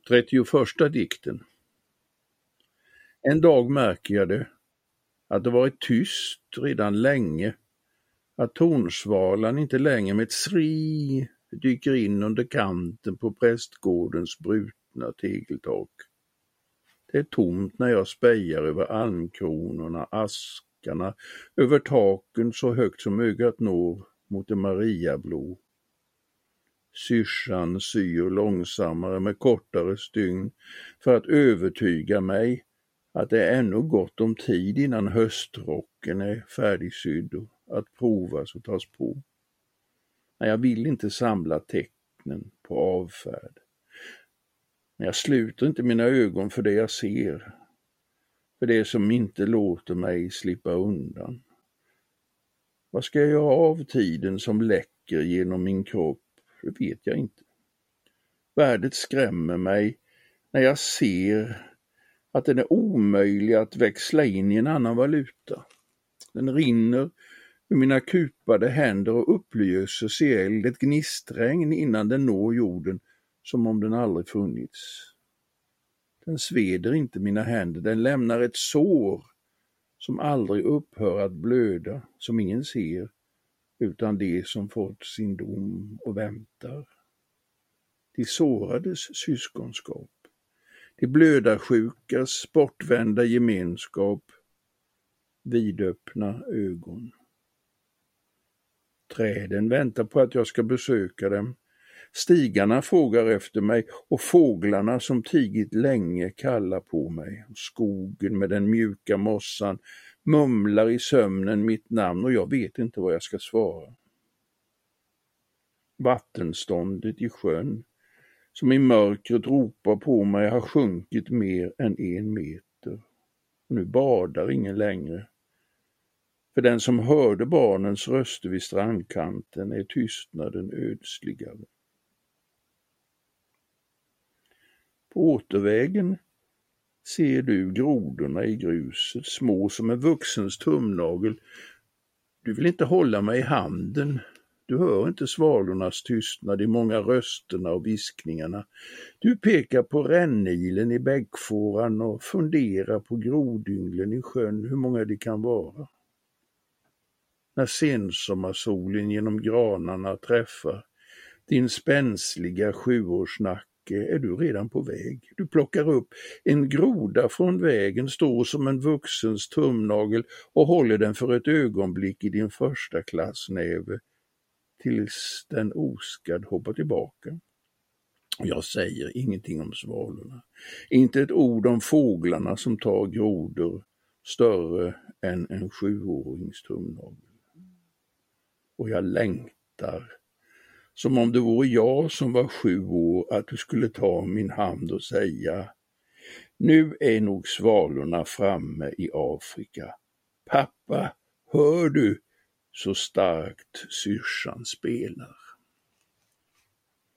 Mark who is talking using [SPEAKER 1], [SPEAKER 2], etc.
[SPEAKER 1] 31:a dikten. En dag märker jag det, att det varit tyst redan länge, att tornsvalan inte längre med ett sri dyker in under kanten på prästgårdens brutna tegeltak. Det är tomt när jag spejar över almkronorna, askarna, över taken så högt som ögat når mot det mariablå. Syrsan syr långsammare med kortare stygn för att övertyga mig att det är ännu gott om tid innan höstrocken är färdigsydd och att provas och tas på. Men jag vill inte samla tecknen på avfärd. Men jag sluter inte mina ögon för det jag ser, för det som inte låter mig slippa undan. Vad ska jag göra av tiden som läcker genom min kropp? Det vet jag inte. Värdet skrämmer mig när jag ser att den är omöjlig att växla in i en annan valuta. Den rinner ur mina kupade händer och upplöses i eld, ett gnistregn innan den når jorden som om den aldrig funnits. Den sveder inte mina händer, den lämnar ett sår som aldrig upphör att blöda, som ingen ser, utan de som fått sin dom och väntar. De sårades syskonskap, de blödarsjukas bortvända gemenskap, vidöppna ögon. Träden väntar på att jag ska besöka dem, stigarna frågar efter mig och fåglarna som tigit länge kallar på mig. Skogen med den mjuka mossan mumlar i sömnen mitt namn och jag vet inte vad jag ska svara. Vattenståndet i sjön som i mörkret ropar på mig har sjunkit mer än 1 meter. Och nu badar ingen längre. För den som hörde barnens röster vid strandkanten är tystnaden ödsligare. På återvägen ser du grodorna i gruset, små som en vuxens tumnagel. Du vill inte hålla mig i handen. Du hör inte svalornas tystnad, de många rösterna och viskningarna. Du pekar på rännilen i bäckfåran och funderar på grodynglen i sjön, hur många det kan vara. När sensommarsolen genom granarna träffar din spänsliga 7-årsnacke är du redan på väg. Du plockar upp en groda från vägen, står som en vuxens tumnagel och håller den för ett ögonblick i din första klassnäve tills den oskadd hoppar tillbaka. Jag säger ingenting om svalorna, inte ett ord om fåglarna som tar grodor större än en 7-årings tumnagel. Och jag längtar, som om det vore jag som var 7 år, att du skulle ta min hand och säga: nu är nog svalorna framme i Afrika. Pappa, hör du så starkt syrsan spelar?